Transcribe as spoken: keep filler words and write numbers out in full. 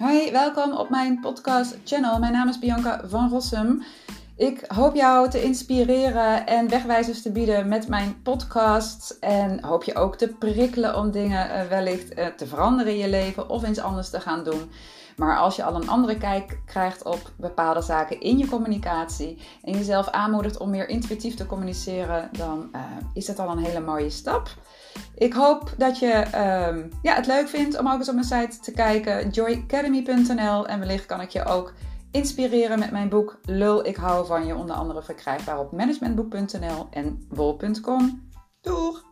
Hoi, welkom op mijn podcast channel. Mijn naam is Bianca van Rossum. Ik hoop jou te inspireren en wegwijzers te bieden met mijn podcast. En hoop je ook te prikkelen om dingen uh, wellicht uh, te veranderen in je leven of iets anders te gaan doen. Maar als je al een andere kijk krijgt op bepaalde zaken in je communicatie en jezelf aanmoedigt om meer intuïtief te communiceren, dan uh, is dat al een hele mooie stap. Ik hoop dat je um, ja, het leuk vindt om ook eens op mijn site te kijken, joy academy punt n l. En wellicht kan ik je ook inspireren met mijn boek Lul, ik hou van je, onder andere verkrijgbaar op managementboek punt n l en wol punt com. Doeg!